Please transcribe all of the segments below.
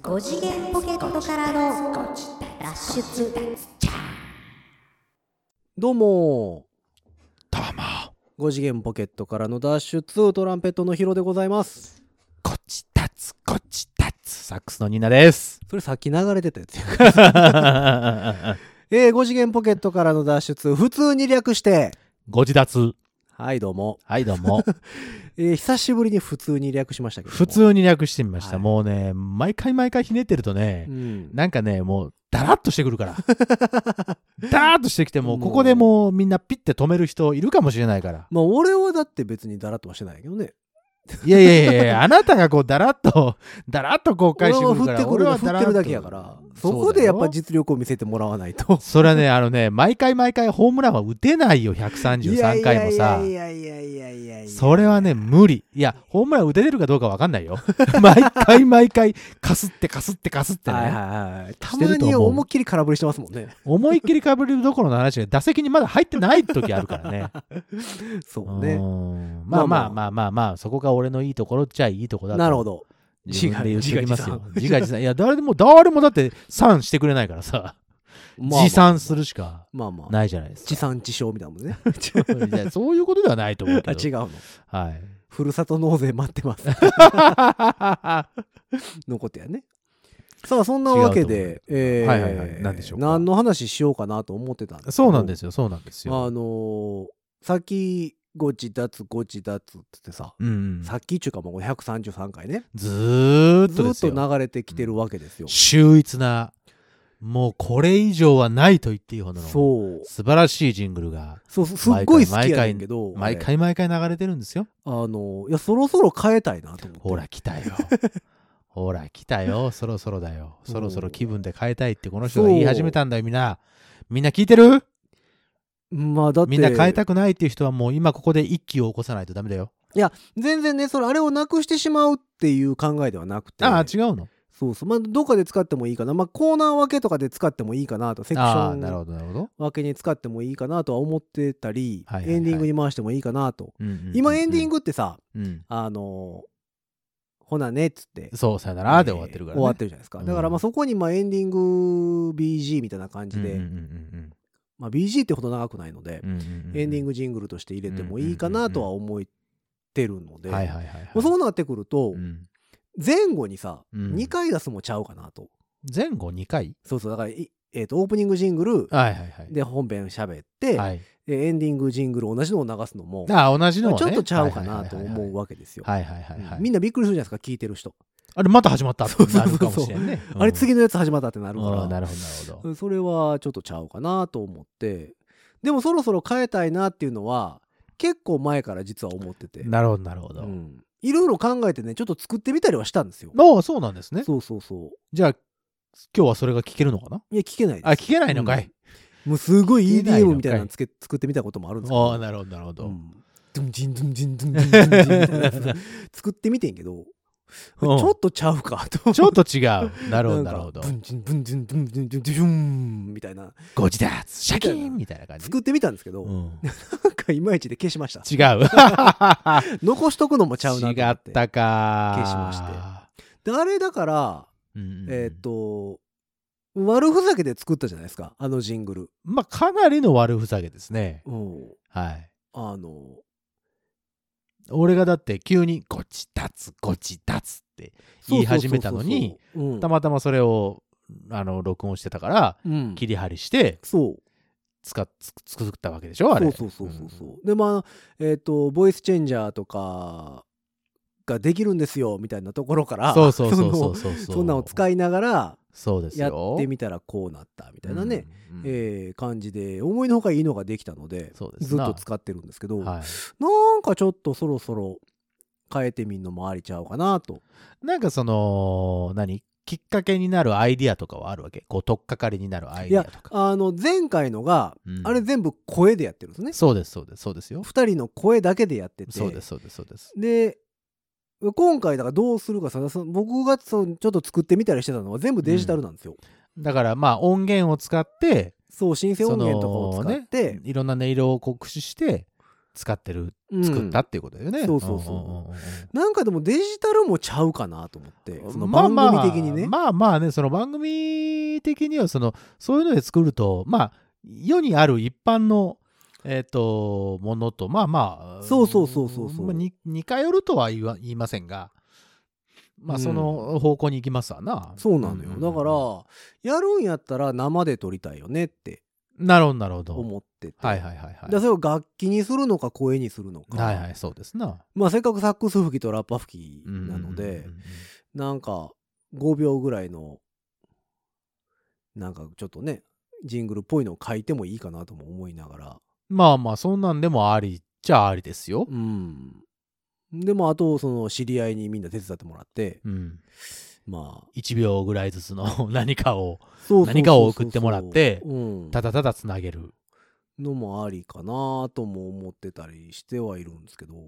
5次元ポケットからの脱出。 どうもどうも 5次元ポケットからの脱出、トランペットのヒロでございます。 こっち立つこっち立つサックスのニーナですそれさっき流れてたやつや5次元ポケットからの脱出、普通に略してご自立。 はいどうもはいどうも久しぶりに普通に略しましたけども、 普通に略してみました、 はいもうね毎回ひねってるとね、なんかねもうダラッとしてくるからダラッとしてきてもうここでもうみんなピッて止める人いるかもしれないからまあ俺はだって別にダラッとはしてないけどね。 いやあなたがこうダラッとこう返してくるから俺は振ってるだけやから、そこでやっぱ実力を見せてもらわないと。 それはね毎回ホームランは打てないよ133回もさ。 いやそれはね無理。いやホームラン打ててるかどうかわかんないよ毎回かすってね、 たまに思いっきり空振りしてますもんね。 思いっきりかぶりどころの話が打席にまだ入ってない時あるからねそうね。 まあそこが俺のいいところっちゃいいところだと。 なるほど。 自分で言っておきますよ。自画自賛。いや誰もだって賛してくれないからさ、自賛するしかないじゃないですか。 地産地消みたいなもんね。 いやそういうことではないと思うけど。 違うの。 はい。 ふるさと納税待ってますのことやね。さあそんなわけで、 何でしょうか。 何の話しようかなと思ってたんですけど。 そうなんですよ。 さっきごち立つってさ、さっきちゅうかもう133回ね、 ずーっとですよ。 ずっと流れてきてるわけですよ。 秀逸な、もうこれ以上はないと言っていいほどの素晴らしいジングルが、 そうすっごい好きやねんけど、 毎回流れてるんですよ。 いやそろそろ変えたいなと思って。 ほら来たよそろそろだよ。そろそろ気分で変えたいってこの人が言い始めたんだよ。みんな聞いてる？ まあだってみんな変えたくないっていう人はもう今ここで一揆を起こさないとダメだよ。 いや全然ね、それあれをなくしてしまうっていう考えではなくて。 ああ違うの。 そうまあどっかで使ってもいいかな、まあコーナー分けとかで使ってもいいかなと、セクションなるほど分けに使ってもいいかなとは思ってたり、エンディングに回してもいいかなと。今エンディングってさ、ほなねっつってそうさよならで終わってるからね。 終わってるじゃないですか。だからまあそこにエンディング BG みたいな感じで、まあ BG ってほど長くないので、エンディングジングルとして入れてもいいかなとは思ってるので、そうなってくると前後にさ2回出すもちゃうかなと。 前後2回？ そうだからオープニングジングルで本編喋って、エンディングジングル同じのを流すのも同じのねちょっとちゃうかなと思うわけですよ。みんなびっくりするじゃないですか、聞いてる人。 あれまた始まったってなるかもしれんね。 あれ次のやつ始まったってなるから。 なるほど。 それはちょっとちゃうかなと思って、でもそろそろ変えたいなっていうのは結構前から実は思ってて。 なるほど。 いろいろ考えてね、ちょっと作ってみたりはしたんですよ。 そうなんですね。 そう。 じゃあ今日はそれが聞けるのかな？ いや聞けないです。 聞けないのかい。 もうすごい EDM みたいなの作ってみたこともあるんですけど。 なるほど。 ドゥンジンドゥンジンドゥンジンドゥンジンみたいなやつ作ってみてんけど、ちょっとちゃうかと。 ちょっと違う。なるほど。 ブンジンブンジンドゥンジンドゥンドゥンみたいな。 ゴジダーツシャキーンみたいな感じ。 作ってみたんですけど、なんかいまいちで消しました。 違う。 残しとくのもちゃうなと思って。 違ったか。 消しまして。であれだから、悪ふざけで作ったじゃないですか、あのジングル。 まあかなりの悪ふざけですね。はい。俺がだって急にゴチ立つって言い始めたのに、たまたまそれを録音してたから切り張りして作ったわけでしょ、あれ。 そう。でまあボイスチェンジャーとかができるんですよみたいなところから、 そんなのを使いながらやってみたらこうなったみたいなね、感じで思いのほかいいのができたのでずっと使ってるんですけど、なんかちょっとそろそろ変えてみんのもありちゃうかなと。 なんかきっかけになるアイディアとかはあるわけ？こう取っかかりになるアイディアとか。 前回のが、あれ全部声でやってるんですね。 そうですよ。 2人の声だけでやってて。 そうです。 で今回だからどうするかさ、僕がちょっと作ってみたりしてたのは全部デジタルなんですよ。 だからまあ音源を使って、 シンセ音源とかを使って、 いろんな音色を駆使して使ってる、作ったっていうことだよね。 そうそうそう。なんかでもデジタルもちゃうかなと思って、その番組的にね。 まあね、その番組的にはそういうので作ると、世にある一般の、ものと、 そう似通るとは言いませんが、その方向に行きますわな。 そうなのよ。だから、やるんやったら生で撮りたいよねって。 なるほど。 思ってて。 はい。 それを楽器にするのか声にするのか。 はいはい、そうですな。 せっかくサックス吹きとラッパ吹きなので、なんか5秒ぐらいの、なんかちょっとね、ジングルっぽいのを書いてもいいかなとも思いながら。 そんなんでもありっちゃありですよ。 でもあとその知り合いにみんな手伝ってもらって、 1秒ぐらいずつの何かを送ってもらって、ただただつなげるのもありかなとも思ってたりしてはいるんですけど。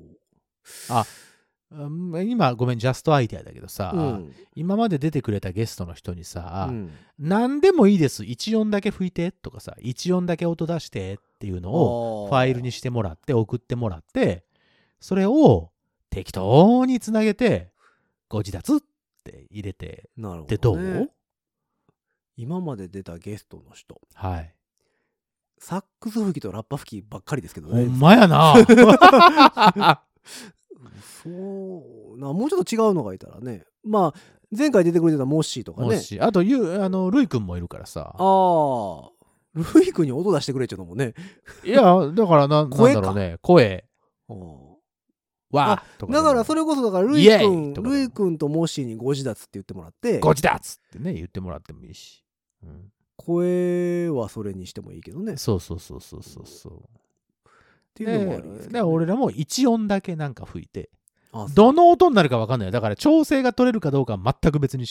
今ごめんジャストアイデアだけどさ、今まで出てくれたゲストの人にさ、何でもいいです、1音だけ吹いてとかさ、1音だけ音出してっていうのをファイルにしてもらって送ってもらって、それを適当につなげてご自立って入れてってどう？ 今まで出たゲストの人、サックス吹きとラッパ吹きばっかりですけどね。 ほんまやな。 そうな、もうちょっと違うのがいたらね。前回出てくれてたモッシーとかね。 あとルイ君もいるからさ。 ルイ君に音出してくれっちゃうのもね。 いやだからなんだろうね、声。 だからそれこそだからルイ君とモッシーにご自立って言ってもらって、 ご自立ってね言ってもらってもいいし、 声はそれにしてもいいけどね。 そうっていうのもありですね。俺らも1音だけなんか吹いて、どの音になるか分かんないよ。だから調整が取れるかどうかは全く別にして、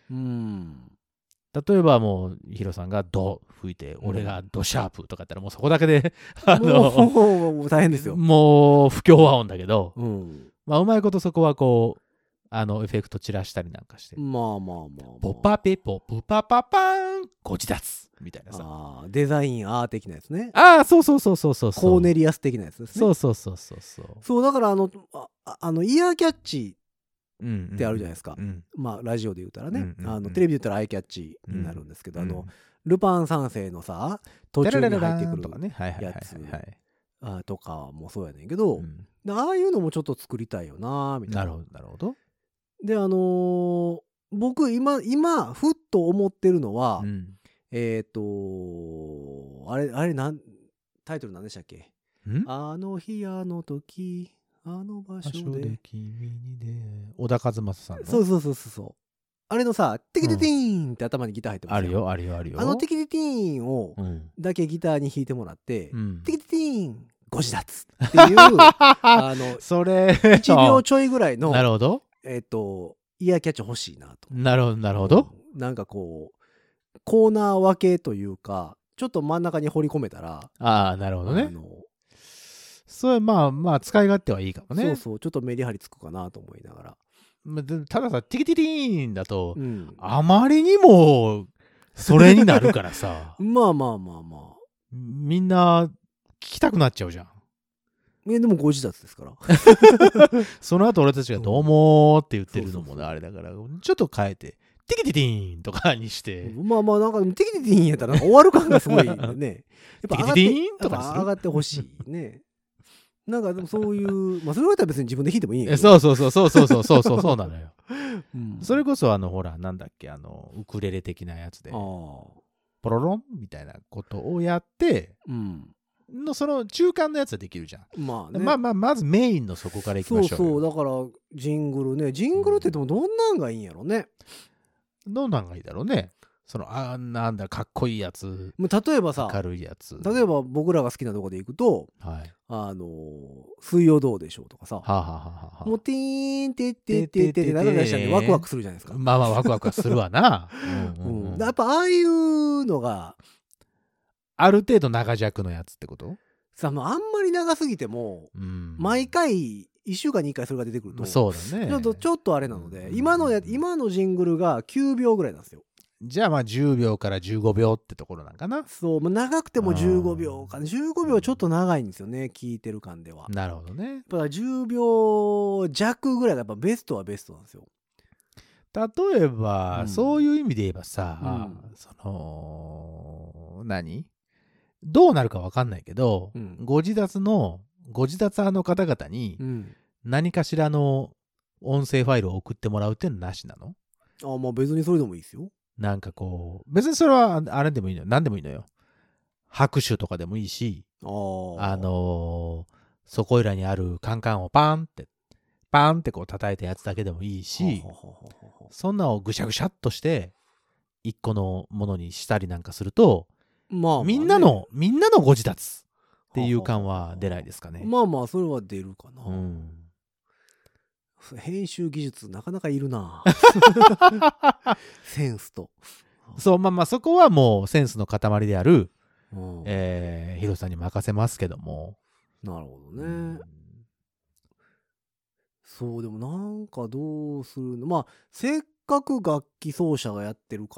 例えばもうヒロさんがド吹いて、俺がドシャープとかやったらもうそこだけでもう大変ですよ。 もう不協和音だけど、うまいことそこはこうエフェクト散らしたりなんかして、ポパペポプパパパーンご自立みたいなさ、 デザインアー的なやつね。 そうコーネリアス的なやつですね。そうだからイヤーキャッチってあるじゃないですか。ラジオで言うたらね、テレビで言ったらアイキャッチになるんですけど、ルパン三世のさ途中に入ってくるやつとかもそうやねんけど、ああいうのもちょっと作りたいよなみたいな。 なるほど。 で僕今ふっと思ってるのは、あれタイトル何でしたっけ？あの日あの時あの場所で君にで小田和正さんの。 そうあれのさテキテティーンって頭にギター入ってますよ。 あるよ。 あのテキテティーンをだけギターに弾いてもらって、テキテティーンご自立っていうそれ 1秒ちょいぐらいのなるほどイヤーキャッチ欲しいなと。 なるほど。 なんかこうコーナー分けというか、ちょっと真ん中に掘り込めたら、 なるほどね。それ使い勝手はいいかもね。 ちょっとメリハリつくかなと思いながら。 たださテキティーンだと、あまりにもそれになるからさみんな聞きたくなっちゃうじゃん。 でもご自立ですからその後俺たちがどうもって言ってるのもねあれだから、ちょっと変えてテキティティーンとかにして、 なんかテキティティーンやったら終わる感がすごいね。やっぱテキティティーンとか上がってほしいね。なんかでもそういうそれだったら別に自分で弾いてもいいんやけど。そうなのよ。それこそほらなんだっけウクレレ的なやつでポロロンみたいなことをやって、その中間のやつはできるじゃん。まずメインのそこからいきましょうよ。 だからジングルって言ってもどんなんがいいんやろね。 どんなんがいいだろうね。なんだかっこいいやつ、 例えばさ、 明るいやつ、 例えば僕らが好きなとこで行くと、水曜どうでしょうとかさ、もうティーンテッテッテッテッて出したんでワクワクするじゃないですか。 ワクワクはするわな。 やっぱああいうのがある程度長尺のやつってことさ、あんまり長すぎても、毎回1週間に1回それが出てくると、 そうだね、 ちょっとあれなので、今のジングルが9秒ぐらいなんですよ。 じゃあまあ10秒から15秒ってところなんかな。 そう、まあ、長くても15秒か。15秒ちょっと長いんですよね、聞いてる感では。 なるほどね。 だから10秒弱ぐらいがやっぱベストはベストなんですよ。 例えば、そういう意味で言えばさ、どうなるか分かんないけど、ご自立派の方々に何かしらの音声ファイルを送ってもらうっていうのはなしなの？ まあ別にそれでもいいですよ。 なんかこう、別にそれはあれでもいいのよ。何でもいいのよ。拍手とかでもいいし、そこいらにあるカンカンをパーンってこう叩いたやつだけでもいいし、そんなをぐしゃぐしゃっとして一個のものにしたりなんかすると、みんなのご自立っていう感は出ないですかね。 まあまあそれは出るかな。編集技術なかなかいるな。センスと。 そう、まあまあそこはもうセンスの塊である、ヒロさんに任せますけども。 なるほどね。そう、でもなんかどうするの？まあせっかく楽器奏者がやってるから、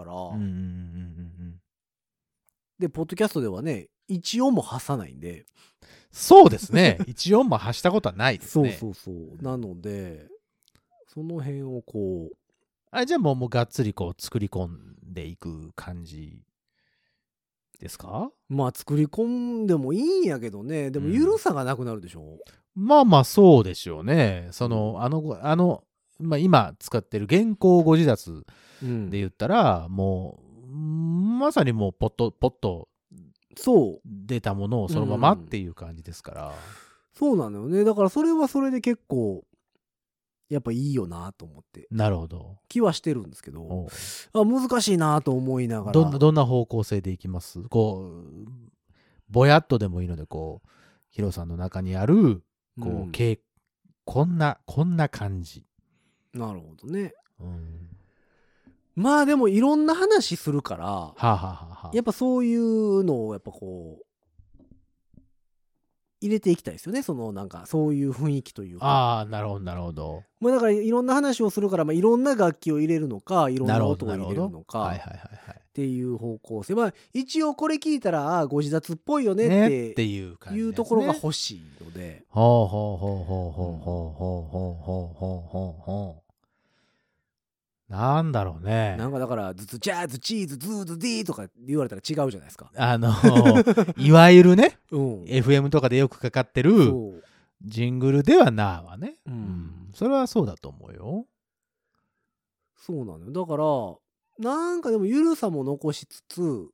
でポッドキャストではね、一音も発さないんで。 そうですね。一音も発したことはないですね。 そうなのでその辺をこうじゃあもうがっつりこう作り込んでいく感じですか？まあ作り込んでもいいんやけどね。でもゆるさがなくなるでしょ。 まあまあそうでしょうね。まあ、今使ってる現行ご自立で言ったら、もうまさにもうポッとそう出たものをそのままっていう感じですから、 そうなのよね。だからそれはそれで結構やっぱいいよなと思って。 なるほど。 気はしてるんですけど、難しいなと思いながら。 どんな方向性でいきます？こうぼやっとでもいいので、こうヒロさんの中にあるこう、こんな感じ。 なるほどね。まあでもいろんな話するから、やっぱそういうのをやっぱこう入れていきたいですよね。そのなんかそういう雰囲気というか。 なるほど。 まあだからいろんな話をするから、まあいろんな楽器を入れるのか、いろんな音を入れるのかっていう方向性。まあ一応これ聞いたらご自立っぽいよねっていうところが欲しいので。 なんだろうね。 なんかだからズツジャーズチーズズーズディーとか言われたら違うじゃないですか。 いわゆるね、FM とかでよくかかってるジングルではなわね。それはそうだと思うよ。 そうなのよ。だからなんかでもゆるさも残しつつ、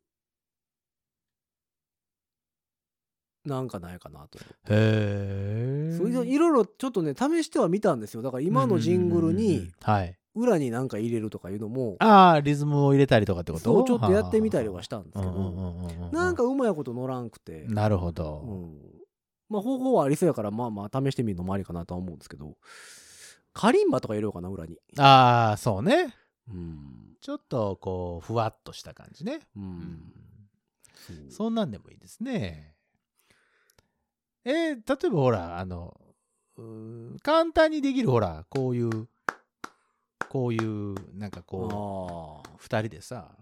なんかないかなと。そういろいろちょっとね試してはみたんですよ。だから今のジングルに裏になんか入れるとかいうのも、 リズムを入れたりとかってこと？ そうちょっとやってみたりはしたんですけど、なんかうまいこと乗らんくて。 なるほど。 まあ方法はありそうやから、まあまあ試してみるのもありかなとは思うんですけど、カリンバとか入れようかな、裏に。 そうね。ちょっとこうふわっとした感じね。そんなんでもいいですね。例えばほら簡単にできる、ほらこういうなんかこう2人でさ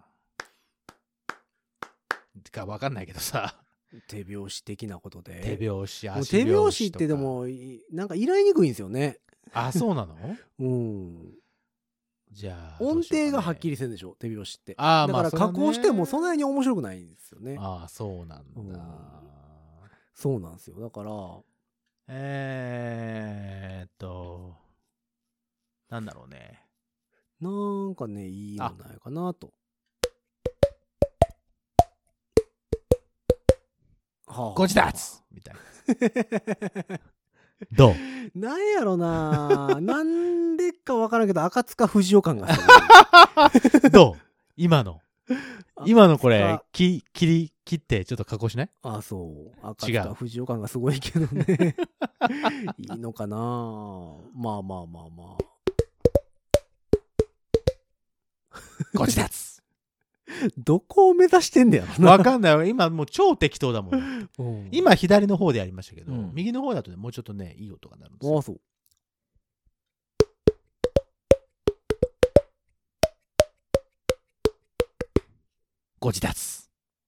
か分かんないけどさ、 手拍子的なことで。 手拍子、足拍子。 手拍子ってでもなんか依頼にくいんですよね。 そうなの？じゃあ音程がはっきりせんでしょ、手拍子って。だから加工してもそんなに面白くないんですよね。 そうなんだ。 そうなんですよ。だからなんだろうね。 なんかね、いいのないかなと。 ご自立みたいな。どう？ なんやろな。なんでかわからんけど赤塚不二夫感がする。どう？今のこれ切ってちょっと加工しない？ そう。赤塚不二夫感がすごいけどね。いいのかな。まあ。 ご自立。 どこを目指してんだよ。 わかんない。今もう超適当だもん。今左の方でやりましたけど、右の方だとね、もうちょっとね、いい音が鳴るんですよ。 そう。 ご自立。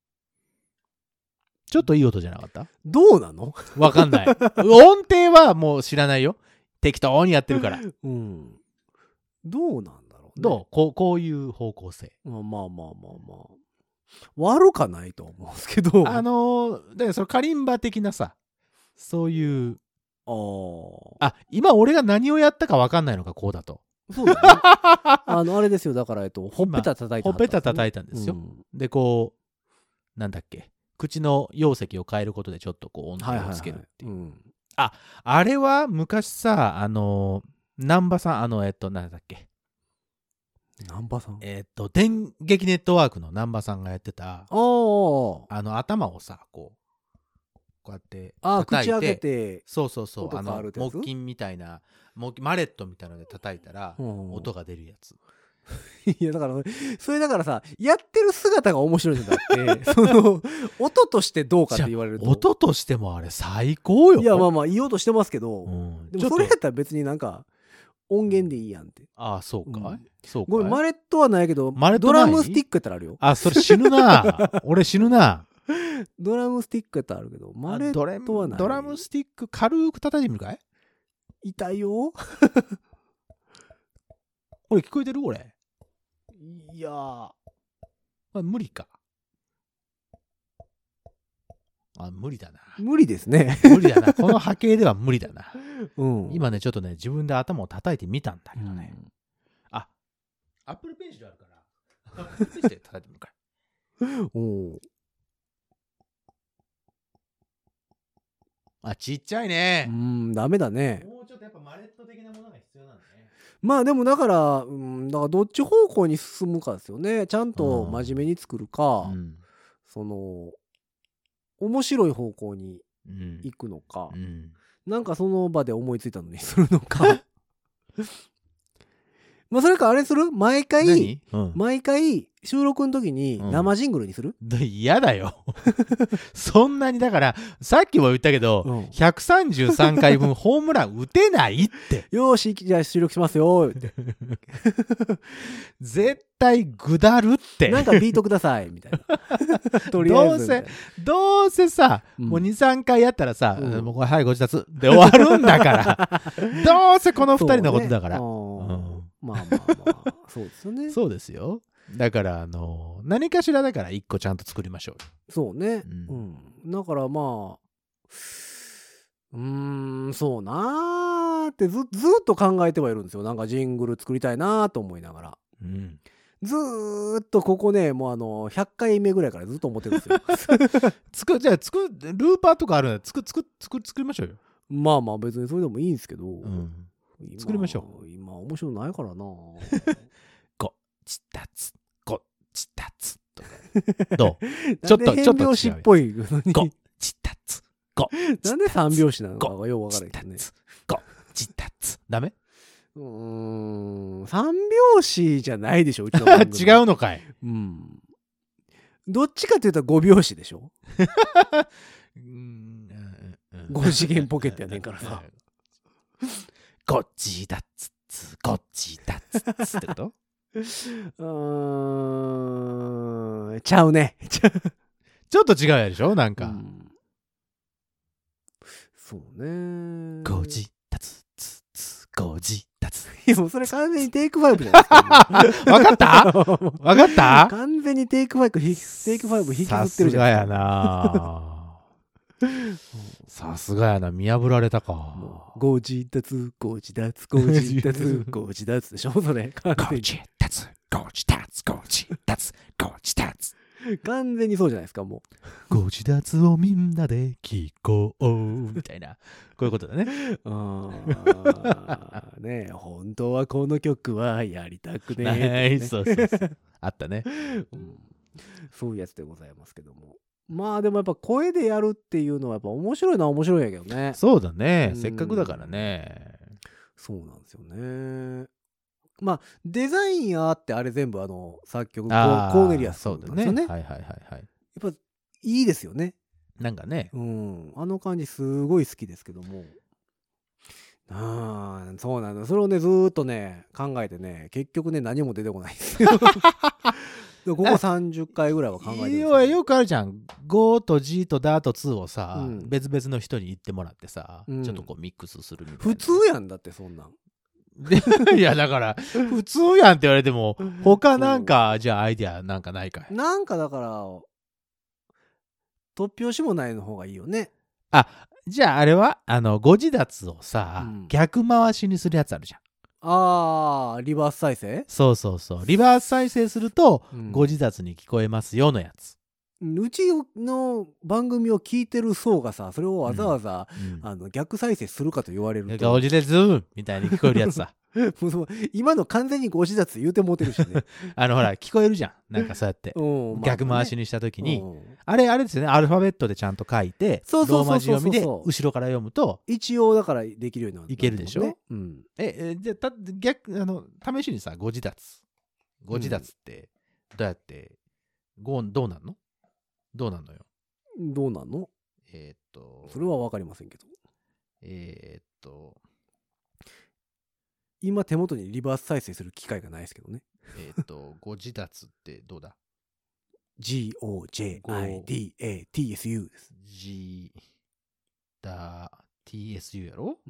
ちょっといい音じゃなかった？ どうなの？ わかんない。音程はもう知らないよ。適当にやってるから。 うん。どうなんだろうね。 どう？こういう方向性。 まあ。悪かないと思うんですけど。 だからそのカリンバ的なさ、そういう。今俺が何をやったかわかんないのか、こうだと。 そうだね。あれですよ。だから、ほっぺた叩いた、 ほっぺた叩いたんですよ。で、こう、なんだっけ。口の容積を変えることでちょっとこう音程をつけるっていう。あれは昔さ、南波さん、なんだっけ。 南波さん電撃ネットワークの南波さんがやってた、頭をさ、こうやって叩いて、 口開けて、 そう、木琴みたいな、マレットみたいなので叩いたら、音が出るやつ。 いやだからそれだからさ、やってる姿が面白いんだってその音としてどうかって言われると、 音としてもあれ最高よ。 いやまあ言おうとしてますけど、でもそれやったら別になんか音源でいいやんって。 そうか、そうか。 ごめん、マレットはないけど、ドラムスティックやったらあるよ。 それ死ぬな俺死ぬな。 ドラムスティックやったらあるけど、マレットはない。 ドラムスティック軽く叩いてみるかい？ 痛いよ俺聞こえてる？俺いや無理か。無理だな。 無理ですね。 無理だな。この波形では無理だな。今ね、ちょっとね、自分で頭を叩いてみたんだけどね。アップルペンシルあるから、アップルペンシルで叩いてみるかい。ちっちゃいね。 ダメだね。 もうちょっとやっぱマレット的なものが必要なんだね。 まあでもだからどっち方向に進むかですよね。ちゃんと真面目に作るか、その面白い方向に行くのか、なんかその場で思いついたのにするのかまあそれかあれする？毎回収録の時に生ジングルにする？ 嫌だよそんなに。だからさっきも言ったけど、133回分ホームラン打てないってよーし、じゃあ収録しますよ絶対ぐだるって。 なんかビートくださいみたいなとりあえずどうせさ、もう 2,3 回やったらさ、もうこれはいご自立で終わるんだからどうせこの2人のことだから、 まあそうですよね。 そうですよ。だから何かしらだから1個ちゃんと作りましょう。 そうね。だからまあそうなーってずっと考えてはいるんですよ。なんかジングル作りたいなと思いながら。ずーっとここね、もう100回目ぐらいからずっと思ってるんですよじゃあルーパーとかあるので作りましょうよ。 まあ別にそれでもいいんですけど、 作りましょう。今面白ないからなごちたつごちたつとかどう？ちょっと変拍子っぽいのにごちたつごなんで三拍子なのかがようわからないけどね。 ごちたつダメ？ 三拍子じゃないでしょ、うちの番組違うのかい。 どっちかというと5拍子でしょ5次元ポケットやねんからさごちだつつごちだつつってこと？ ちゃうねちょっと違うやでしょなんか、 そうね。 ごじたつつつごじたつ。 いやもうそれ完全にテイク5じゃないですかわかった完全にテイク5引きずってるじゃないですか。 さすがやなさすがやな、見破られたか。 ご自立ご自立ご自立ご自立でしょそれ。 ご自立ご自立ご自立ご自立。 完全にそうじゃないですか。もうご自立をみんなで聴こうみたいな、こういうことだね。 ねえ、本当はこの曲はやりたくねえ、 そうあったね、 そういうやつでございますけども。まあでもやっぱ声でやるっていうのはやっぱ面白いのは面白いんやけどね。 そうだね、せっかくだからね。 そうなんですよね。まあデザインやってあれ全部作曲コーネリアスなんですよね。 はい。やっぱいいですよね。 なんかね、 感じすごい好きですけども。そうなの。それをねずーっとね考えてね、結局ね何も出てこないんですよここ30回ぐらいは考えてるんですよ。よくあるじゃん。ゴーと G とダーと2をさ、別々の人に言ってもらってさ、ちょっとこうミックスするみたいな。 普通やんだってそんなん。 いやだから普通やんって言われても他なんかじゃあアイディアなんかないかい。 なんかだから突拍子もないの方がいいよね。 あ、じゃああれは誤字脱をさ、逆回しにするやつあるじゃん。 あー、リバース再生？ そうそうそう。リバース再生すると誤字脱に聞こえますよのやつ。 うちの番組を聞いてる層がさ、それをわざわざ、逆再生するかと言われると。 誤字脱みたいに聞こえるやつさ。 今の完全に誤字脱言うてもうてるしね。 ほら、聞こえるじゃん。なんかそうやって。逆回しにしたときに、あれですよね、アルファベットでちゃんと書いて、ローマ字読みで後ろから読むと、 一応だからできるようになる。 いけるでしょ？じゃあ、試しにさ、誤字脱ってどうやって、どうなんの？どうなんのよ。 どうなんの？それは分かりませんけど。今手元にリバース再生する機会がないですけどね。 誤字脱ってどうだ？ GOJIDATSU です。 G だ TSU やろ？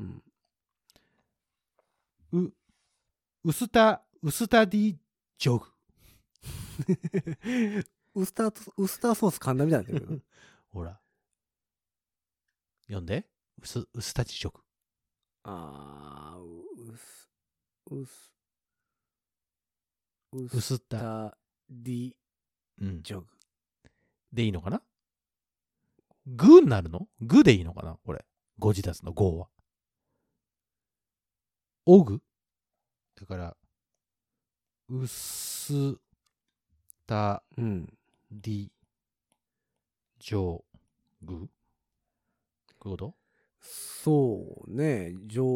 ウスタディジョグ。 ウスターソース噛んだみたいになってるけど。 ほら。読んで。ウスタディジョグ。ウスタディジョグ。 でいいのかな？グになるの？グでいいのかなこれ。誤字脱のゴは。オグ？だから、ウスタディジョグ？こういうこと？ そうね。ジョ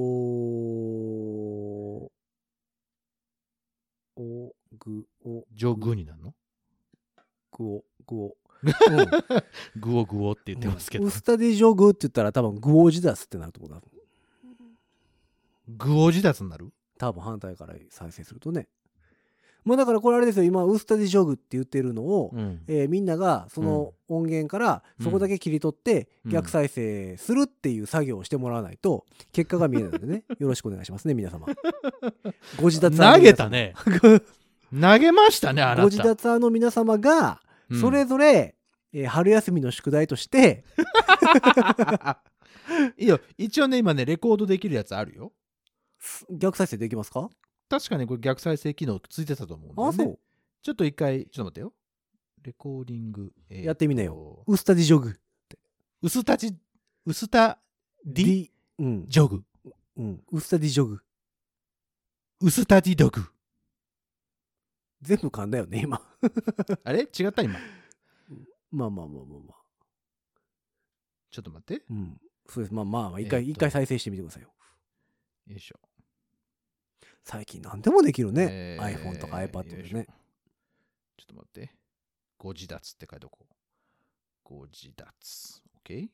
グになるの？ グオ。 グオって言ってますけど。 ウスタディジョグって言ったら多分グオジダスってなるとこだ。 グオジダスになる？ 多分反対から再生するとね。まあだからこれあれですよ。今ウスタディジョグって言ってるのを、みんながその音源からそこだけ切り取って逆再生するっていう作業をしてもらわないと結果が見えないのでね。よろしくお願いしますね皆様。ご自立投げたね。投げましたねあなた。 ご自立の皆様がそれぞれ、春休みの宿題としていいよ。一応ね今ねレコードできるやつあるよ。 逆再生できますか？ 確かにこれ逆再生機能ついてたと思うんだよね。そう。ちょっと一回ちょっと待ってよ。レコーディング、 やってみなよ。ウスタディジョグって。 ウスタディジョグ。 ウスタディジョグ。 ウスタディドグ。 全部噛んだよね今。 あれ違った今。 まあ。 ちょっと待って。 そうです。まあ一回再生してみてくださいよ。 よいしょ。 最近何でもできるね。iPhone とか iPad でね。 ちょっと待って。誤字脱って書いておこう。誤字脱。OK？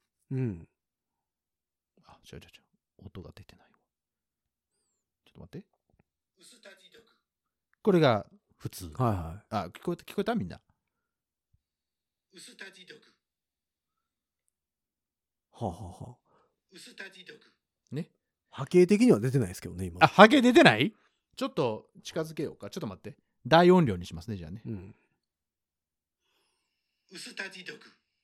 あ、違う。音が出てないわ。ちょっと待って。これが普通。 はい。 あ、聞こえたみんな。 ウスタディドグ。は。 ウスタディドグ。ね。 波形的には出てないですけどね今。 あ、波形出てない？ちょっと近づけようか。ちょっと待って。大音量にしますねじゃあね。ウスタディドグ。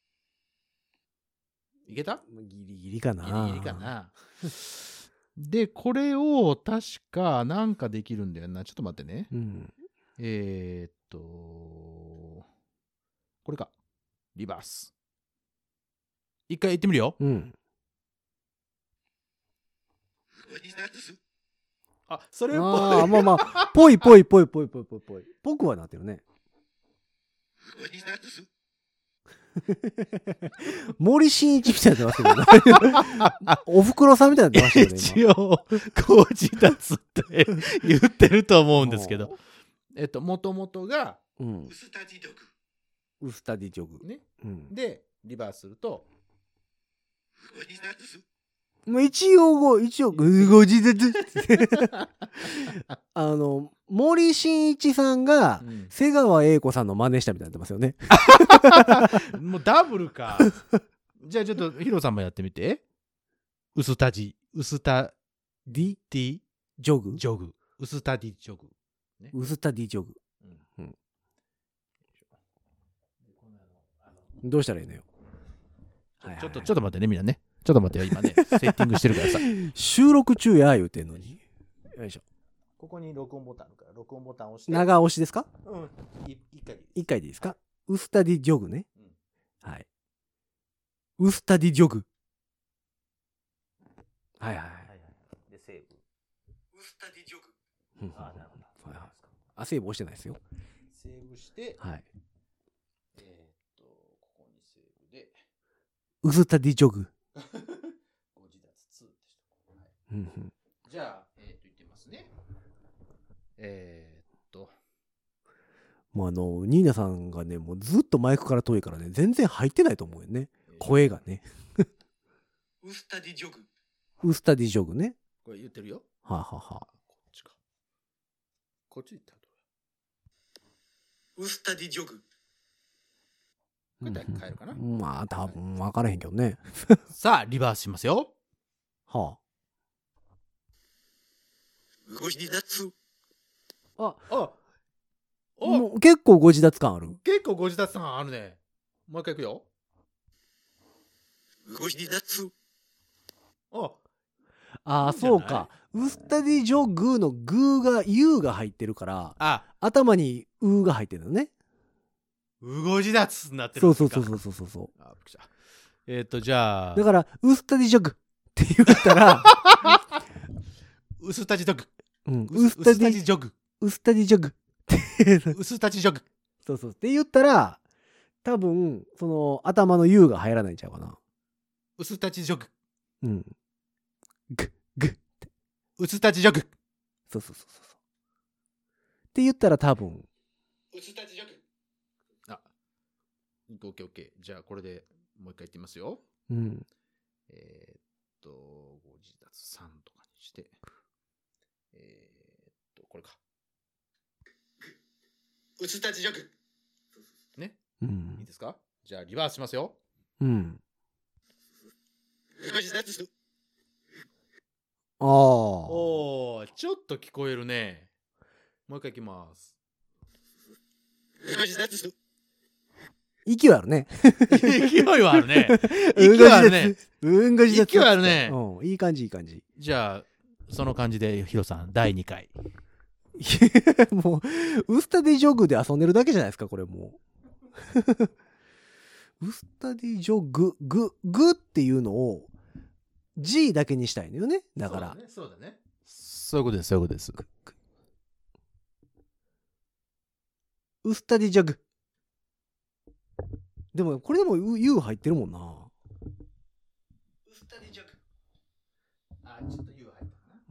いけた？ ギリギリかな。 ギリギリかな。でこれを確かなんかできるんだよな。ちょっと待ってね。これか。リバース。一回言ってみるよ。あ、それっぽい。 まあぽい。ぽくはなってるね。森進一みたいになってますけどね。おふくろさんみたいになってましたよね。 一応誤字脱って言ってると思うんですけど、もともとがウスタディドグ。 ウスタディジョグ。 ね。でリバースすると一応ご自立森進一さんが瀬川栄子さんの真似したみたいになってますよね。 もうダブルか。じゃあちょっとヒロさんもやってみて。ウスタディジョグ。ウスタディジョグ。 ね、ウスタディジョグ。どうしたらいいのよ。 ちょっと待ってね、みんなね。ちょっと待ってよ、今ね、セッティングしてるからさ。 収録中や言うてんのに。よいしょ。 ここに録音ボタンあるから、録音ボタンを押して。 長押しですか？ うん。 一回でいいですか？ウスタディジョグね。はい。ウスタディジョグ。はいはい。 で、セーブ。 ウスタディジョグ。あ、なるほど。あ、セーブ押してないですよ。 セーブして、 はい。 ここにセーブで。 ウスタディジョグ。 ご自立2ってしとこう。はい。じゃあ、言ってみますね。 もうニーナさんがね、もうずっとマイクから遠いからね、全然入ってないと思うよね。声がね。 ウスタディジョグ。 ウスタディジョグね。 これ言ってるよ。 はあ、ははあ、 こっちか。こっち行ったらどうや。ウスタディジョグ。これだけ変えるかな。 まあ、多分分からへんけどね。 さあ、リバースしますよ。 はあ。ご自立。 もう結構ご自立感ある。 結構ご自立感あるね。もう一回いくよ。ご自立。 そうか。ウスタディジョグのグーが U が入ってるから、頭にウが入ってるのね。 うご自立になってるんですか。 そう。 じゃあ。 だから、ウスタディジョグって言ったら、 ウスタディジョグ。 ウスタディジョグ。ウスタディジョグ。 ウスタディジョグ。 そう。って言ったら、多分、その、頭の U が入らないんちゃうかな。 ウスタディジョグ。 グって。 ウスタディジョグ。 そう。って言ったら多分。 ウスタディジョグ。オッケー。じゃあこれでもう一回言ってみますよ。ご自立3とかにして。これか。ウスタディジョグ。ね。いいですか？じゃあリバースしますよ。ご自立。おー、ちょっと聞こえるね。もう一回いきます。ご自立。 勢いあるね。 勢いはあるね。勢いあるね。 勢いあるね。 いい感じ。 じゃあ、その感じで、ヒロさん、第2回。 もう、ウスタディジョグで遊んでるだけじゃないですか、これもう。ウスタディジョグ、グっていうのを、G だけにしたいのよね。だから。 そうだね。そういうことです。 ウスタディジョグ。でも、これでも U 入ってるもんな。 ウスタディジョグ。ちょっと U 入ったかな。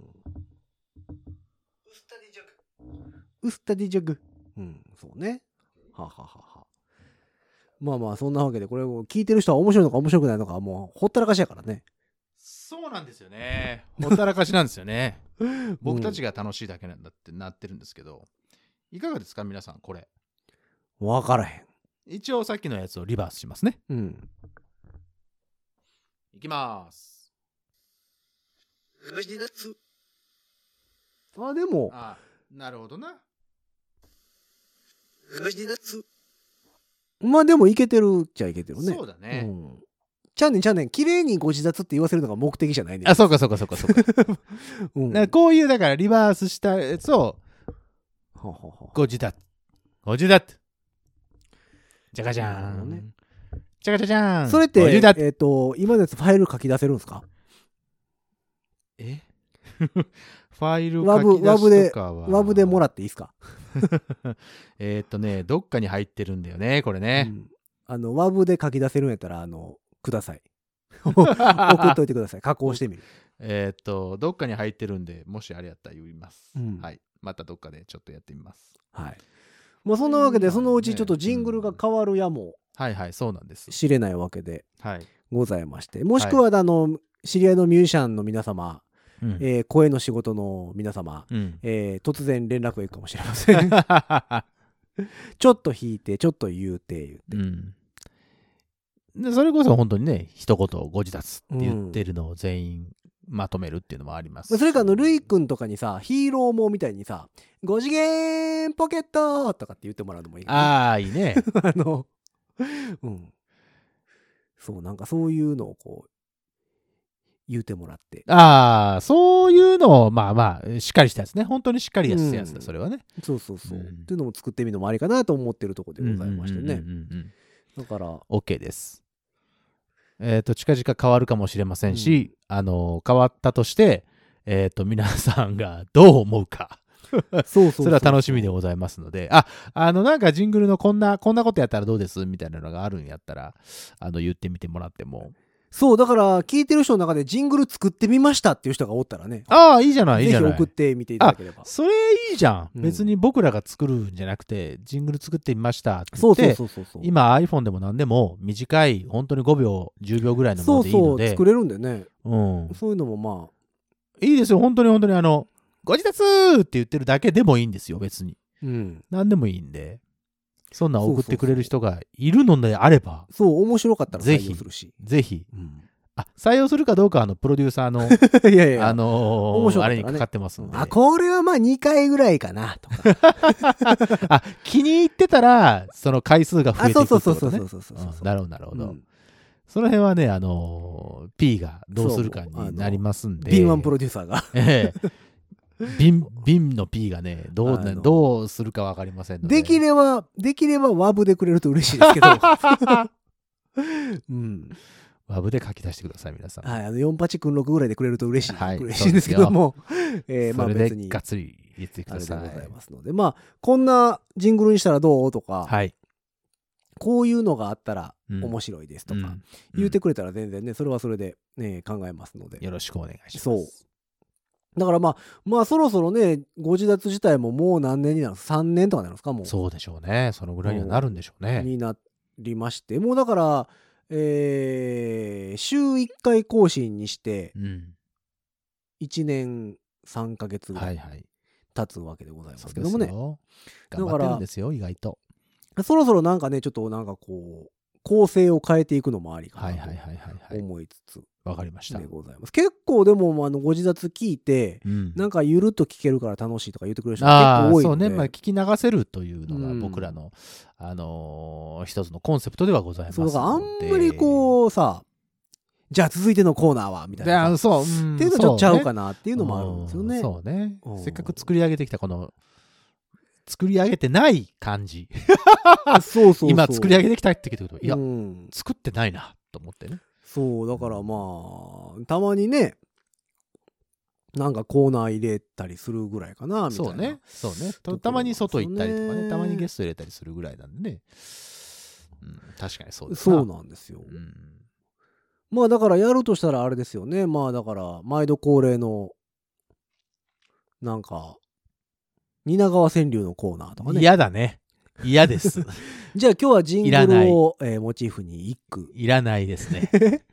ウスタディジョグ。そうね。は。まあ、そんなわけで、これを聞いてる人は面白いのか面白くないのか、もう、ほったらかしやからね。 そうなんですよね。ほったらかしなんですよね。僕たちが楽しいだけなんだってなってるんですけど、いかがですか皆さん、これ。 わからへん。 一応さっきのやつをリバースしますね。いきます。 でも。 なるほどな。 まあでもいけてるっちゃいけてるね。 そうだね。 ちゃんねん。綺麗にご自立って言わせるのが目的じゃないね。 そうか。こういうだからリバースしたやつをご自立。じゃがじゃーん。じゃがじゃじゃーん。 それって今のやつファイル書き出せるんですか？ ファイル書き出しとかはワブでもらっていいですか？ どっかに入ってるんだよね、これね。 ワブで書き出せるんやったらください。送っといてください。加工してみる。 どっかに入ってるんで、もしあれやったら言います。はい。またどっかでちょっとやってみます。 はい。まあそんなわけで、そのうちちょっとジングルが変わるやもはい、そうなんです。 知れないわけではい。 ございまして、もしくは知り合いのミュージシャンの皆様、声の仕事の皆様、突然連絡がいくかもしれません。ちょっと弾いて、ちょっと言うて。 でそれこそ本当にね、一言ご自立って言ってるのを全員まとめるっていうのもあります。 それかルイ君とかにさ、ヒーローもみたいにさ、5次元ポケットとかって言ってもらうのもいいかな。 ああ、いいね。 そう、なんかそういうのをこう、言うてもらって。 ああ、そういうのを、まあまあ、しっかりしたやつね。本当にしっかりしたやつだ、それはね。 そう。っていうのも作ってみるのもありかなと思ってるところでございましてね。だから。 OK です。近々変わるかもしれませんし、変わったとして、皆さんがどう思うか。それは楽しみでございますので、なんかジングルのこんなことやったらどうですみたいなのがあるんやったら、言ってみてもらっても。 そう、だから聞いてる人の中でジングル作ってみましたっていう人がおったらね。 ああ、いいじゃない、いいじゃない。 ぜひ送ってみていただければ。 それいいじゃん。別に僕らが作るんじゃなくて、ジングル作ってみましたって言って、今 iPhone でも何でも短い、本当に5秒、10秒ぐらいのものでいいので。 作れるんでね。そういうのもまあ。 いいですよ、本当にご自立って言ってるだけでもいいんですよ、別に。何でもいいんで。そんな送ってくれる人がいるのであれば。 そう、面白かったら採用するし。 ぜひ。採用するかどうかはプロデューサーのあれにかかってますので。 これはまあ2回ぐらいかなとか。 気に入ってたら、その回数が増えていくってことね。なるほど。その辺はね、P がどうするかになりますんで。 敏腕プロデューサーが。 ビンの P がね、どうするかわかりませんので。 できればワブでくれると嬉しいですけど。 ワブで書き出してください、皆さん。 はい、4896ぐらいでくれると嬉しいんですけども。 まあ別に。がっつり入れてください。 あれでございますので。まあ、こんなジングルにしたらどうとか。こういうのがあったら面白いですとか。言ってくれたら全然ね、それはそれで考えますので。 よろしくお願いします。 そう。だからまあそろそろね、ご自立自体ももう何年になるんですか ?3 年とかなるんですかもう。 そうでしょうね。そのぐらいにはなるんでしょうね。 になりまして。もうだから、週1回更新にして、1年3ヶ月ぐらい経つわけでございますけどもね。 頑張ってるんですよ、意外と。 そろそろなんかね、ちょっとなんかこう、構成を変えていくのもありかなと思いつつ。 わかりました。 でございます。結構でもご自立聞いて、なんかゆるっと聞けるから楽しいとか言ってくれる人が結構多いので。 そうね、聞き流せるというのが僕らの、一つのコンセプトではございますので。 そうだからあんまりこうさ、じゃあ続いてのコーナーはみたいな。 そう。 っていうのちょっとちゃうかなっていうのもあるんですよね。 そうね。せっかく作り上げてきたこの、作り上げてない感じ。 そう今作り上げてきたって言うけど、いや、作ってないなと思ってね。 そう、だからまあ、たまにね、なんかコーナー入れたりするぐらいかな、みたいな。 そうね。たまに外行ったりとかね、たまにゲスト入れたりするぐらいなんでね。確かにそうですね。 そうなんですよ。まあだからやるとしたらあれですよね。まあだから、毎度恒例の、なんか、蜷川川柳のコーナーとかね。 嫌だね。嫌です。 じゃあ今日はジングルをモチーフに一句。 いらないですね。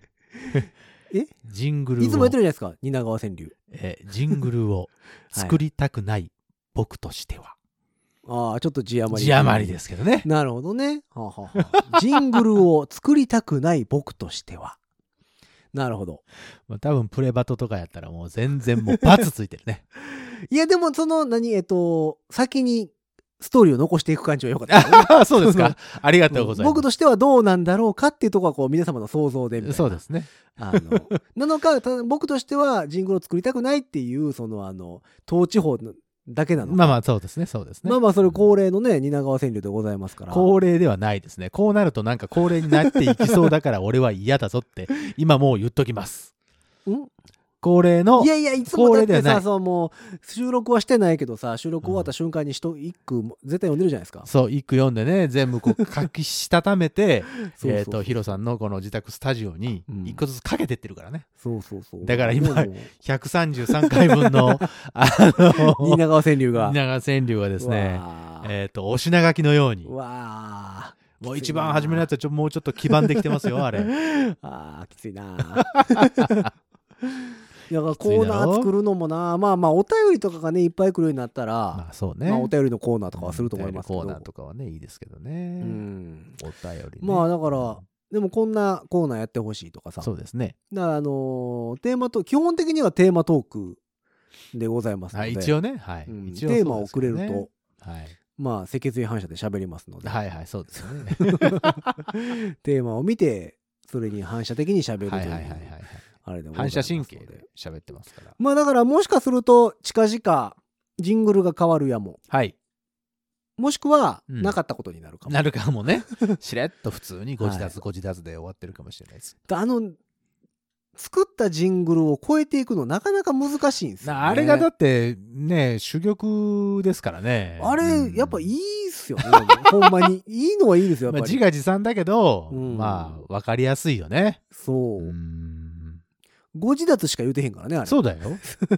ジングルを。 いつもやってるじゃないですか、蜷川川柳。 ジングルを作りたくない僕としては。 ちょっと字余り。 字余りですけどね。 なるほどね。ジングルを作りたくない僕としては。なるほど。 多分プレバトとかやったらもう全然もうバツついてるね。 いやでもその先にストーリーを残していく感じは良かった、 ね。そうですか。ありがとうございます。 僕としてはどうなんだろうかっていうところはこう皆様の想像でみたいな。 そうですね。 なのか僕としてはジングルを作りたくないっていうその統治法だけなのか。 まあそうですね。 まあそれ恒例のね蜷川川柳でございますから。 恒例ではないですね。こうなるとなんか恒例になっていきそうだから俺は嫌だぞって今もう言っときます。恒例の。 いや、いつもだってさ、もう、収録はしてないけどさ、収録終わった瞬間に一句絶対読んでるじゃないですか。 そう、一句読んでね、全部こう書きしたためて、ヒロさんのこの自宅スタジオに一個ずつかけてってるからね。 そう。 だから今、133回分の、 蜷川川柳がですね、お品書きのように。もう一番初めのやつはもうちょっと黄ばんできてますよ、あれ。 きついなだからコーナー作るのもな、まあまあお便りとかがねいっぱい来るようになったら、 まあそうね、 まあ、お便りのコーナーとかはすると思いますけど、 コーナーとかはねいいですけどね、お便りね。 まあだからでもこんなコーナーやってほしいとかさ、 そうですね。 だからテーマと基本的にはテーマトークでございますので、 一応ね、はい、 一応テーマをくれると、 はい、 まあ脊髄反射で喋りますので、 はいはい、そうですよね。 テーマを見てそれに反射的に喋るという、あれでも反射神経で喋ってますから。 まあだからもしかすると近々ジングルが変わるやも、 はい、 もしくはなかったことになるかも、 なるかもね。しれっと普通にご自立ご自立で終わってるかもしれないです。 作ったジングルを超えていくのなかなか難しいんですよね。 あれがだってね珠玉ですからね。 あれやっぱいいっすよね。ほんまにいいのはいいですよやっぱり。 自画自賛だけど、まあ分かりやすいよね。 そう。ご自立しか言うてへんからねあれ。 そうだよ。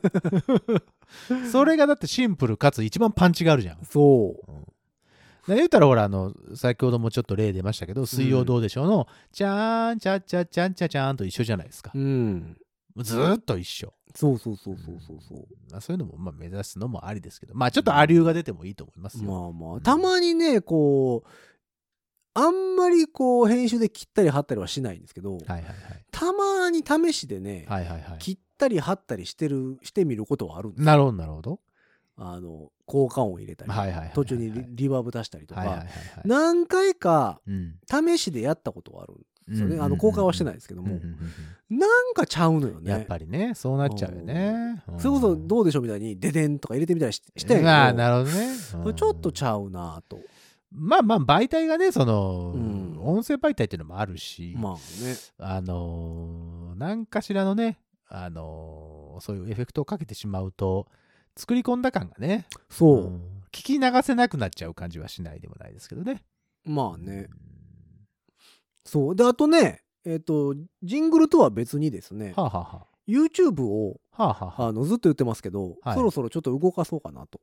それがだってシンプルかつ一番パンチがあるじゃん。 そう。 言うたらほら先ほどもちょっと例出ましたけど、水曜どうでしょうのチャーンチャッチャチャンチャチャンと一緒じゃないですか。ずーっと一緒。 そうそういうのもまあ目指すのもありですけど、まあちょっとアリューが出てもいいと思いますよ。 まあまあたまにねこうあんまりこう編集で切ったり貼ったりはしないんですけど、たまに試しでね、切ったり貼ったりしてみることはあるんですよ。 なるほどなるほど。 効果音入れたり、途中にリバーブ足したりとか、何回か試しでやったことはあるんですよね。公開はしてないですけども、なんかちゃうのよね。 やっぱりね、そうなっちゃうよね。 それこそどうでしょうみたいにデデンとか入れてみたりしたんやけど、 なるほどね。 ちょっとちゃうなと。 まあまあ媒体がね音声媒体っていうのもあるし、 まあね、 何かしらのねそういうエフェクトをかけてしまうと作り込んだ感がね、聞き流せなくなっちゃう感じはしないでもないですけどね。 まあね、そうで、あとねジングルとは別にですね、YouTube をずっと言ってますけど、そろそろちょっと動かそうかなと。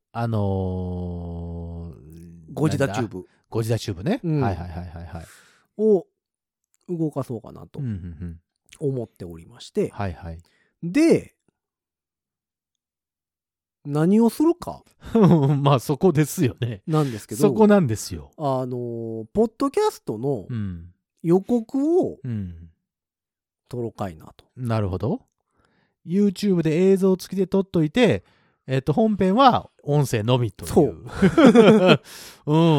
ゴジダチューブ。 ゴジダチューブね。 を動かそうかなと思っておりまして、で何をするかまあそこですよね。 なんですけど、 そこなんですよ。 ポッドキャストの予告を撮ろうかいなと。 なるほど。YouTube で映像付きで撮っといて、本編は音声のみという。 そう。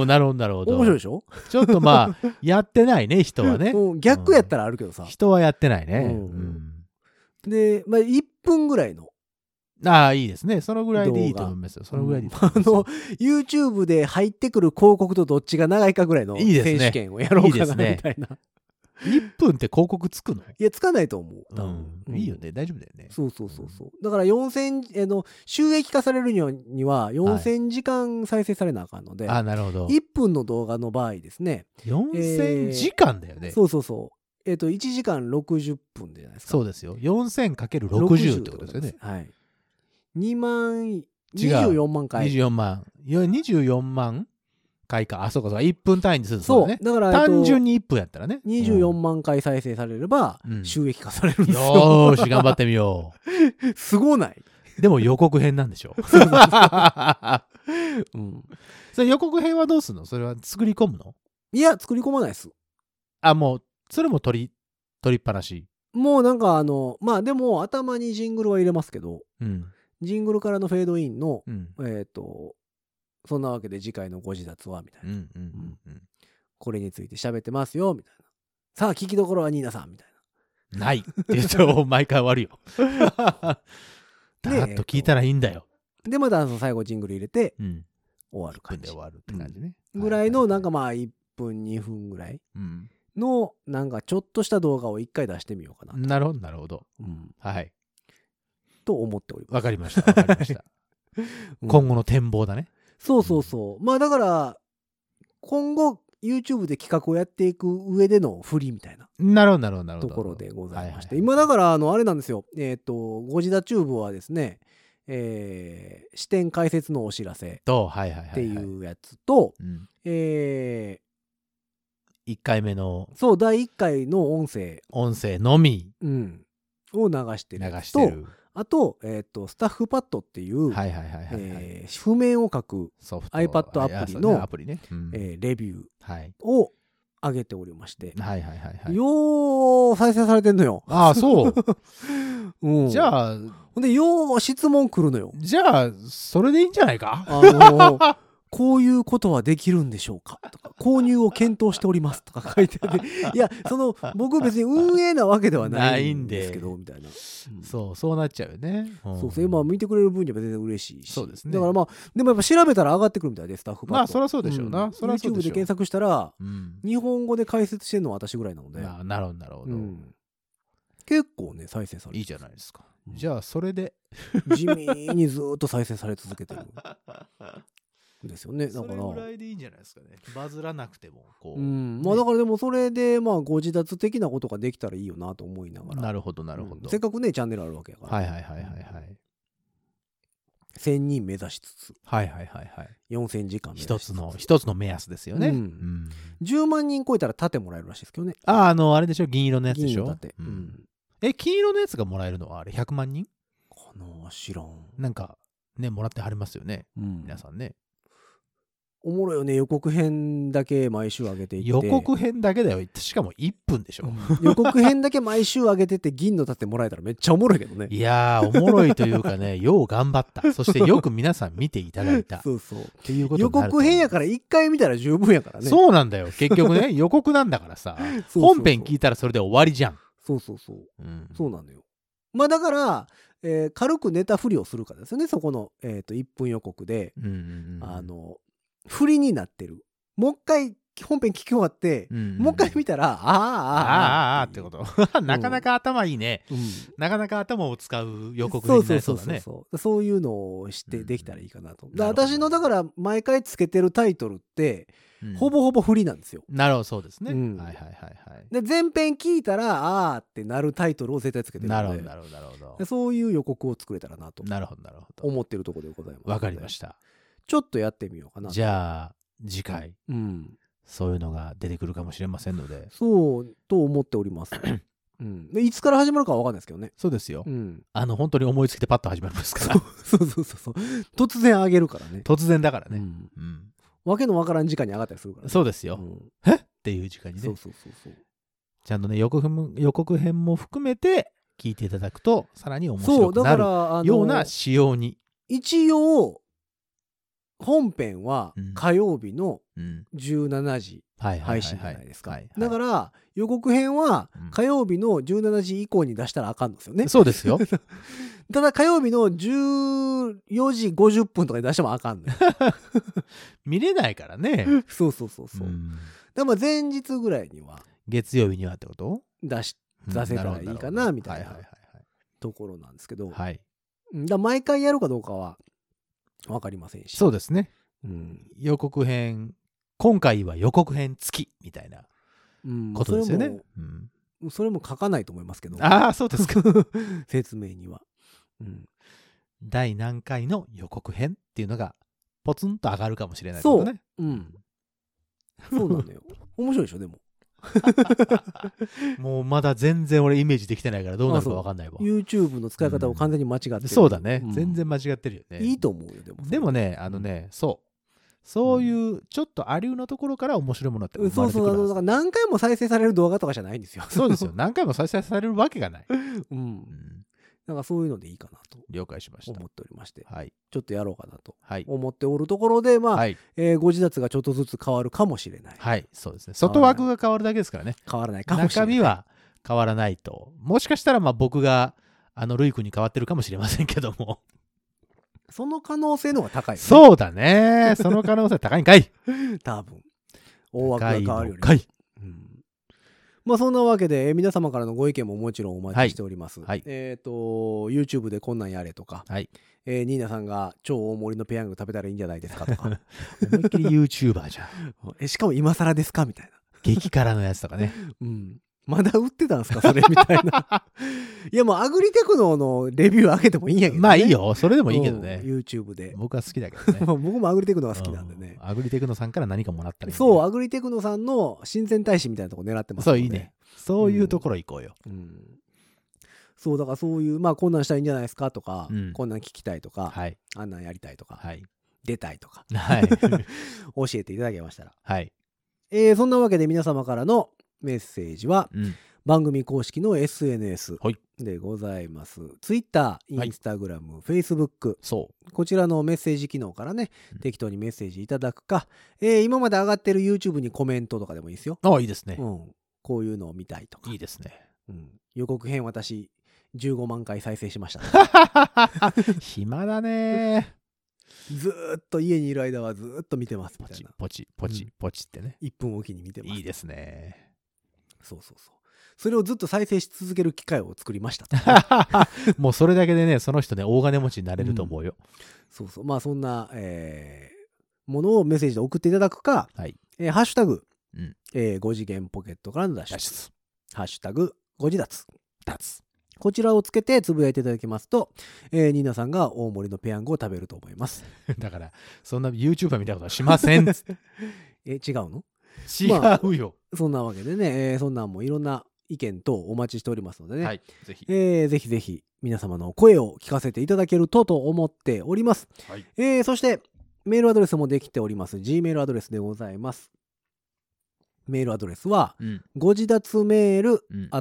なるほどなるほど。 面白いでしょ？ ちょっとまあやってないね人はね。 逆やったらあるけどさ。 人はやってないね。 で、まあ1分ぐらいの。 ああいいですね。そのぐらいでいいと思いますよ。そのぐらいでいいと思いますよ。 YouTube で入ってくる広告とどっちが長いかぐらいの選手権をやろうかなみたいな。 1分って広告つくの？ いやつかないと思う。いいよね、大丈夫だよね。 そう。だから4000収益化されるには4000時間再生されなあかんので、 なるほど。 1分の動画の場合ですね。 4000時間だよね。 そう。1時間60分じゃないですか。 そうですよ。4000×60 ってことですよね。 はい。24万回。 24万。24万回か。そうか。1分単位にするんですよね。 だから単純に1分やったらね。 24万回再生されれば収益化されるんですよ。 よーし、頑張ってみよう。すごない？ でも予告編なんでしょ。それ予告編はどうすんの？それは作り込むの？ いや、作り込まないです。 もう、それも取りっぱなし。 もうなんかまあでも頭にジングルは入れますけど、ジングルからのフェードインの、そんなわけで次回のご自立はみたいな、これについて喋ってますよみたいな、さあ聞きどころはニーナさんみたいな、ないって言うと毎回終わるよ。だっと聞いたらいいんだよ。 でまた最後ジングル入れて、終わる感じ。 1分で終わるって感じね。 ぐらいのなんかまあ1分2分ぐらいのなんかちょっとした動画を1回出してみようかな。 なるほどなるほど。はい。 と思っております。 わかりました。今後の展望だね。 そう。まあだから今後 YouTube で企画をやっていく上での振りみたいなところでございまして、今だからあれなんですよ。ゴジダチューブはですね、視点解説のお知らせっていうやつと、 1回目の第1回の音声のみ、 を流してると、あと、スタッフパッドっていう譜面を書く iPad アプリのレビューを上げておりまして、よう再生されてんのよ。 ああ、そう。じゃあ、 ほんで、よう質問来るのよ。 じゃあ、それでいいんじゃないか？ こういうことはできるんでしょうかとか、購入を検討しておりますとか書いてあって、いや、僕別に運営なわけではないんですけど、みたいな。 そうなっちゃうよね。 まあ見てくれる分には全然嬉しいし。 そうですね。 だからまあ、でもやっぱ調べたら上がってくるみたいで、スタッフパッド。 まあ、そりゃそうでしょうな。 YouTube で検索したら、日本語で解説してるのは私ぐらいなので。 なるほど。 結構ね、再生されてる。 いいじゃないですか。じゃあ、それで。 地味にずっと再生され続けてる。ですよね。だから。それぐらいでいいんじゃないですかね。バズらなくても。 まあだからでもそれで、まあご自立的なことができたらいいよなと思いながら。 なるほど。 せっかくね、チャンネルあるわけやから。 はい。 1000人目指しつつ。 はい。 4000時間目指しつつ。一つの目安ですよね。 10万人超えたら盾もらえるらしいですけどね。 あれでしょ、銀色のやつでしょ。銀色盾。金色のやつがもらえるのはあれ100万人？ かな、知らん。 なんか、ね、もらってはりますよね。皆さんね。 おもろいよね。予告編だけ毎週上げていって。 予告編だけだよ。しかも1分でしょ。 予告編だけ毎週上げてって銀の盾もらえたらめっちゃおもろいけどね。 いやー、おもろいというかね、よう頑張った。そしてよく皆さん見ていただいた。 そう。 っていうこと予告編やから1回見たら十分やからね。 そうなんだよ。結局ね、予告なんだからさ。本編聞いたらそれで終わりじゃん。 そう。そうなのよ。まあだから、軽くネタ振りをするからですよね。そこの、1分予告で。振りになってる。もう一回本編聞き終わって、もう一回見たら、 ああってこと。なかなか頭いいね。なかなか頭を使う予告編になりそうだね。 そういうのをしてできたらいいかなと。私のだから毎回つけてるタイトルって、ほぼほぼ振りなんですよ。 なるほど、そうですね。はい。 で、前編聞いたら、ってなるタイトルを絶対つけてるので。 なるほど。 そういう予告を作れたらなと。 なるほど。 思ってるところでございます。 わかりました。 ちょっとやってみようかな。 じゃあ、次回、そういうのが出てくるかもしれませんので。 そうと思っております。でいつから始まるかは分かんないですけどね。 そうですよ。本当に思いつきでパッと始まりますから。 そう。突然上げるからね。 突然だからね。 わけのわからん時間に上がったりするからね。 そうですよ。えっていう時間にね。 そう。 ちゃんとね、予告編も含めて聞いていただくと、さらに面白くなるような仕様に。 一応、本編は火曜日の17時配信じゃないですか。だから予告編は火曜日の17時以降に出したらあかんんですよね。 そうですよ。 ただ火曜日の14時50分とかに出してもあかんのよ。 見れないからね。 そう。でも前日ぐらいには月曜日にはってこと出せたらいいかなみたいなところなんですけど、だ毎回やるかどうかはわかりませんし。 そうですね。予告編、今回は予告編付きみたいなことですよね。 それも書かないと思いますけど。 ああ、そうですか。 説明には。 第何回の予告編っていうのがポツンと上がるかもしれないですね。 そうなんだよ。面白いでしょ、でも。 もうまだ全然俺イメージできてないからどうなるか分かんないわ。 YouTube の使い方を完全に間違ってる、 そうだね、全然間違ってるよね。 いいと思うよ。 でもねそういうちょっとありうなところから面白いものって生まれてくる。 だから何回も再生される動画とかじゃないんですよ。 そうですよ。何回も再生されるわけがない。 なんかそういうのでいいかなと了解しました思っておりまして、ちょっとやろうかなとはい思っておるところで、まあご自立がちょっとずつ変わるかもしれない。 はい、そうですね。外枠が変わるだけですからね。 変わらないかもしれない。 中身は変わらないと。もしかしたらまあ僕がルイ君に変わってるかもしれませんけども。 その可能性の方が高い、ね。 そうだね。その可能性高いんかい。 多分。大枠が変わるよりも。まあそんなわけで、皆様からのご意見ももちろんお待ちしております。YouTube でこんなんやれとか、ニーナさんが超大盛りのペヤング食べたらいいんじゃないですかとか。思いっきり YouTuber じゃん。しかも今更ですかみたいな。 激辛のやつとかね。 まだ売ってたんすかそれみたいな。いやもうアグリテクノのレビュー開けてもいいんやけどね。 まあいいよ。それでもいいけどね。 YouTube で。 僕は好きだけどね。 僕もアグリテクノが好きなんでね。 アグリテクノさんから何かもらったり。 そう、アグリテクノさんの親善大使みたいなとこ狙ってます。 そう、いいね。そういうところ行こうよ。 そう、だからそういう、まあこんなんしたらいいんじゃないですかとか、こんなん聞きたいとか、 はい、 あんなんやりたいとか、 はい、 出たいとか、 はい、 教えていただけましたら。 はい。 そんなわけで皆様からのメッセージは、番組公式の SNS でございます。Twitter、Instagram、Facebook、こちらのメッセージ機能からね、適当にメッセージいただくか、今まで上がってる YouTube にコメントとかでもいいですよ。 ああ、いいですね。 こういうのを見たいとか。 いいですね。 予告編私、15万回再生しました、ね。 暇だね。 ずーっと家にいる間はずーっと見てますみたいな。 ポチポチポチってね。 1分おきに見てます。 いいですね。 そう。それをずっと再生し続ける機会を作りました。 もうそれだけでね、その人ね、大金持ちになれると思うよ。 そう。まあそんな、ものをメッセージで送っていただくか、ハッシュタグ、5次元ポケットからの脱出。ハッシュタグ、5次脱。こちらをつけてつぶやいていただきますと、ニーナさんが大盛りのペヤングを食べると思います。 だから、そんな YouTuber みたいなことはしません。違うの？ 違うよ。 まあ、そんなわけでね、そんなんもいろんな意見等お待ちしておりますのでね。 はい、ぜひ。 ぜひ皆様の声を聞かせていただけると思っております。 はい、 そしてメールアドレスもできております。Gmail アドレスでございます。メールアドレスは、ご自立メール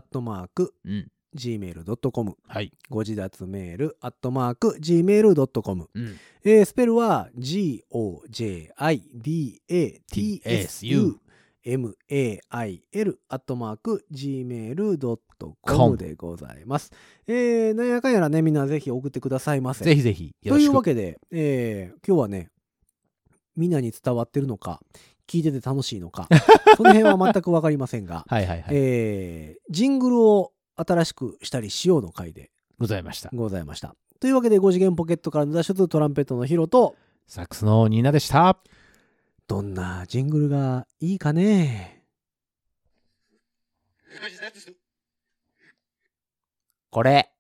@gmail.com、ご自立メール@gmail.com、スペルは GOJIDATSUMAIL@gmail.com でございます。なんやかんやらね、みんなぜひ送ってくださいませ。 ぜひぜひ。 というわけで、今日はね、みんなに伝わってるのか、聞いてて楽しいのか、その辺は全く分かりませんが、ジングルを新しくしたりしようの回でございました。 というわけで、5次元ポケットからの脱出、トランペットのヒロとサックスのニーナでした。 どんなジングルがいいかね。 これ。